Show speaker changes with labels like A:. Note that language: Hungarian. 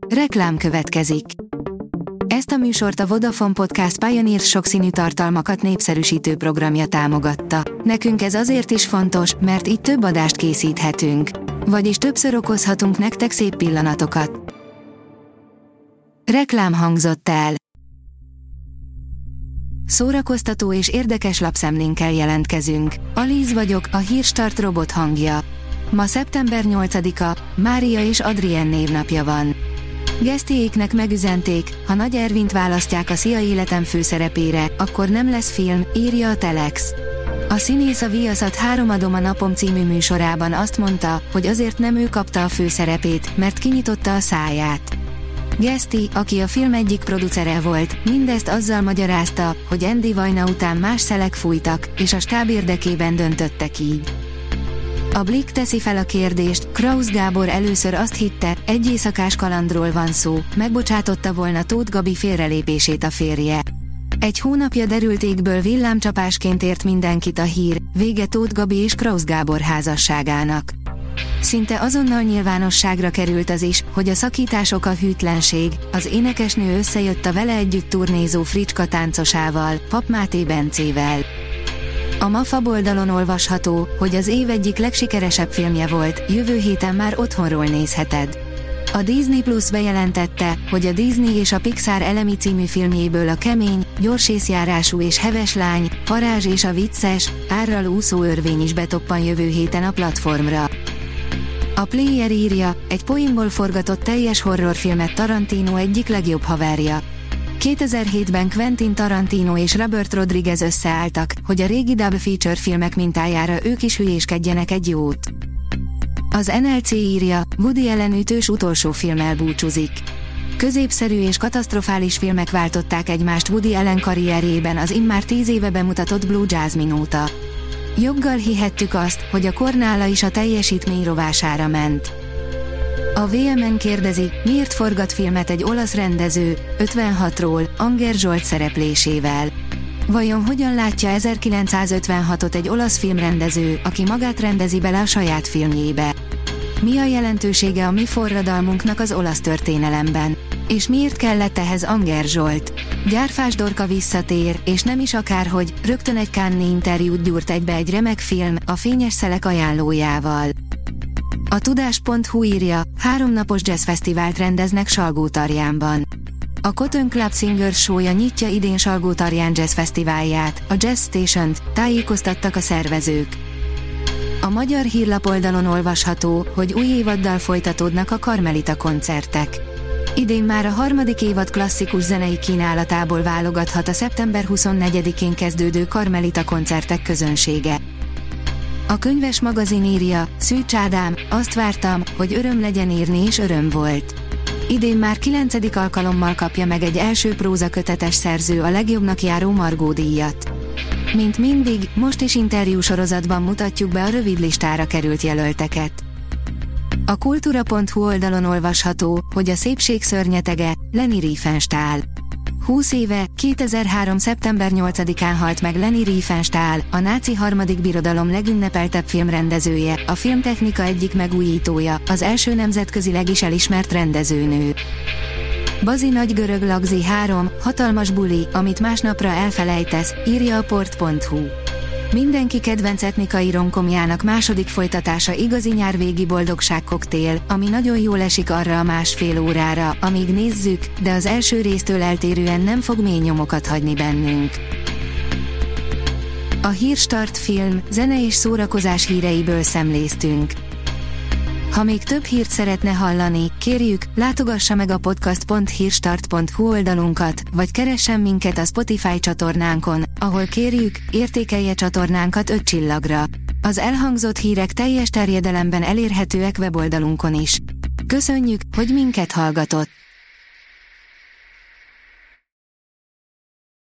A: Reklám következik. Ezt a műsort a Vodafone Podcast Pioneer sokszínű tartalmakat népszerűsítő programja támogatta. Nekünk ez azért is fontos, mert így több adást készíthetünk. Vagyis többször okozhatunk nektek szép pillanatokat. Reklám hangzott el. Szórakoztató és érdekes lapszemlénkkel jelentkezünk. Alíz vagyok, a Hírstart robot hangja. Ma szeptember 8-a, Mária és Adrien névnapja van. Gesztiéknek megüzenték, ha Nagy Ervint választják a Szia életem főszerepére, akkor nem lesz film, írja a Telex. A színész a Viaszat 3 adom a napom című műsorában azt mondta, hogy azért nem ő kapta a főszerepét, mert kinyitotta a száját. Geszti, aki a film egyik producere volt, mindezt azzal magyarázta, hogy Andy Vajna után más szelek fújtak, és a stáb érdekében döntöttek így. A Blick teszi fel a kérdést, Krausz Gábor először azt hitte, egy éjszakás kalandról van szó, megbocsátotta volna Tóth Gabi félrelépését a férje. Egy hónapja derült égből villámcsapásként ért mindenkit a hír, vége Tóth Gabi és Krausz Gábor házasságának. Szinte azonnal nyilvánosságra került az is, hogy a szakítások a hűtlenség, az énekesnő összejött a vele együtt turnézó Fricska táncosával, Pap Máté Bencével. A MAFA oldalon olvasható, hogy az év egyik legsikeresebb filmje volt, jövő héten már otthonról nézheted. A Disney Plus bejelentette, hogy a Disney és a Pixar Elemi című filmjéből a kemény, gyorsészjárású és heves lány, Parázs és a vicces, árral úszó örvény is betoppan jövő héten a platformra. A Player írja, egy poénból forgatott teljes horrorfilmet Tarantino egyik legjobb haverja. 2007-ben Quentin Tarantino és Robert Rodriguez összeálltak, hogy a régi double feature filmek mintájára ők is hülyéskedjenek egy jót. Az NLC írja, Woody Allen ütős utolsó filmmel búcsúzik. Középszerű és katasztrofális filmek váltották egymást Woody Allen karrierjében az immár 10 éve bemutatott Blue Jasmine óta. Joggal hihettük azt, hogy a Kornála is a teljesítmény rovására ment. A VMN kérdezi, miért forgat filmet egy olasz rendező, 56-ról, Anger Zsolt szereplésével. Vajon hogyan látja 1956-ot egy olasz filmrendező, aki magát rendezi bele a saját filmjébe? Mi a jelentősége a mi forradalmunknak az olasz történelemben? És miért kellett ehhez Anger Zsolt? Gyárfás Dorka visszatér, és nem is akárhogy, rögtön egy Cannes interjút gyúrt egybe egy remek film, a Fényes szelek ajánlójával. A tudás.hu írja, 3 napos jazzfesztivált rendeznek Salgótarjánban. A Cotton Club Singers show-ja nyitja idén Salgótarján Jazz Fesztiválját, a Jazz Station-t, tájékoztattak a szervezők. A magyar hírlapoldalon olvasható, hogy új évaddal folytatódnak a Karmelita koncertek. Idén már a 3. évad klasszikus zenei kínálatából válogathat a szeptember 24-én kezdődő Karmelita koncertek közönsége. A Könyves magazin írja, Szűcs Ádám, azt vártam, hogy öröm legyen írni és öröm volt. Idén már 9. alkalommal kapja meg egy első prózakötetes szerző a legjobbnak járó Margó díjat. Mint mindig, most is interjúsorozatban mutatjuk be a rövidlistára került jelölteket. A kultúra.hu oldalon olvasható, hogy a szépség szörnyetege, Leni Riefenstahl. 20 éve, 2003. szeptember 8-án halt meg Leni Riefenstahl, a náci harmadik birodalom legünnepeltebb filmrendezője, a filmtechnika egyik megújítója, az első nemzetközileg is elismert rendezőnő. Bazi nagy görög lagzi 3, hatalmas buli, amit másnapra elfelejtesz, írja a port.hu. Mindenki kedvenc etnikai romkomjának második folytatása igazi nyárvégi boldogság koktél, ami nagyon jól esik arra a másfél órára, amíg nézzük, de az első résztől eltérően nem fog mély nyomokat hagyni bennünk. A Hírstart film, zene és szórakozás híreiből szemléztünk. Ha még több hírt szeretne hallani, kérjük, látogassa meg a podcast.hírstart.hu oldalunkat, vagy keressen minket a Spotify csatornánkon, ahol kérjük, értékelje csatornánkat 5 csillagra. Az elhangzott hírek teljes terjedelemben elérhetőek weboldalunkon is. Köszönjük, hogy minket hallgatott!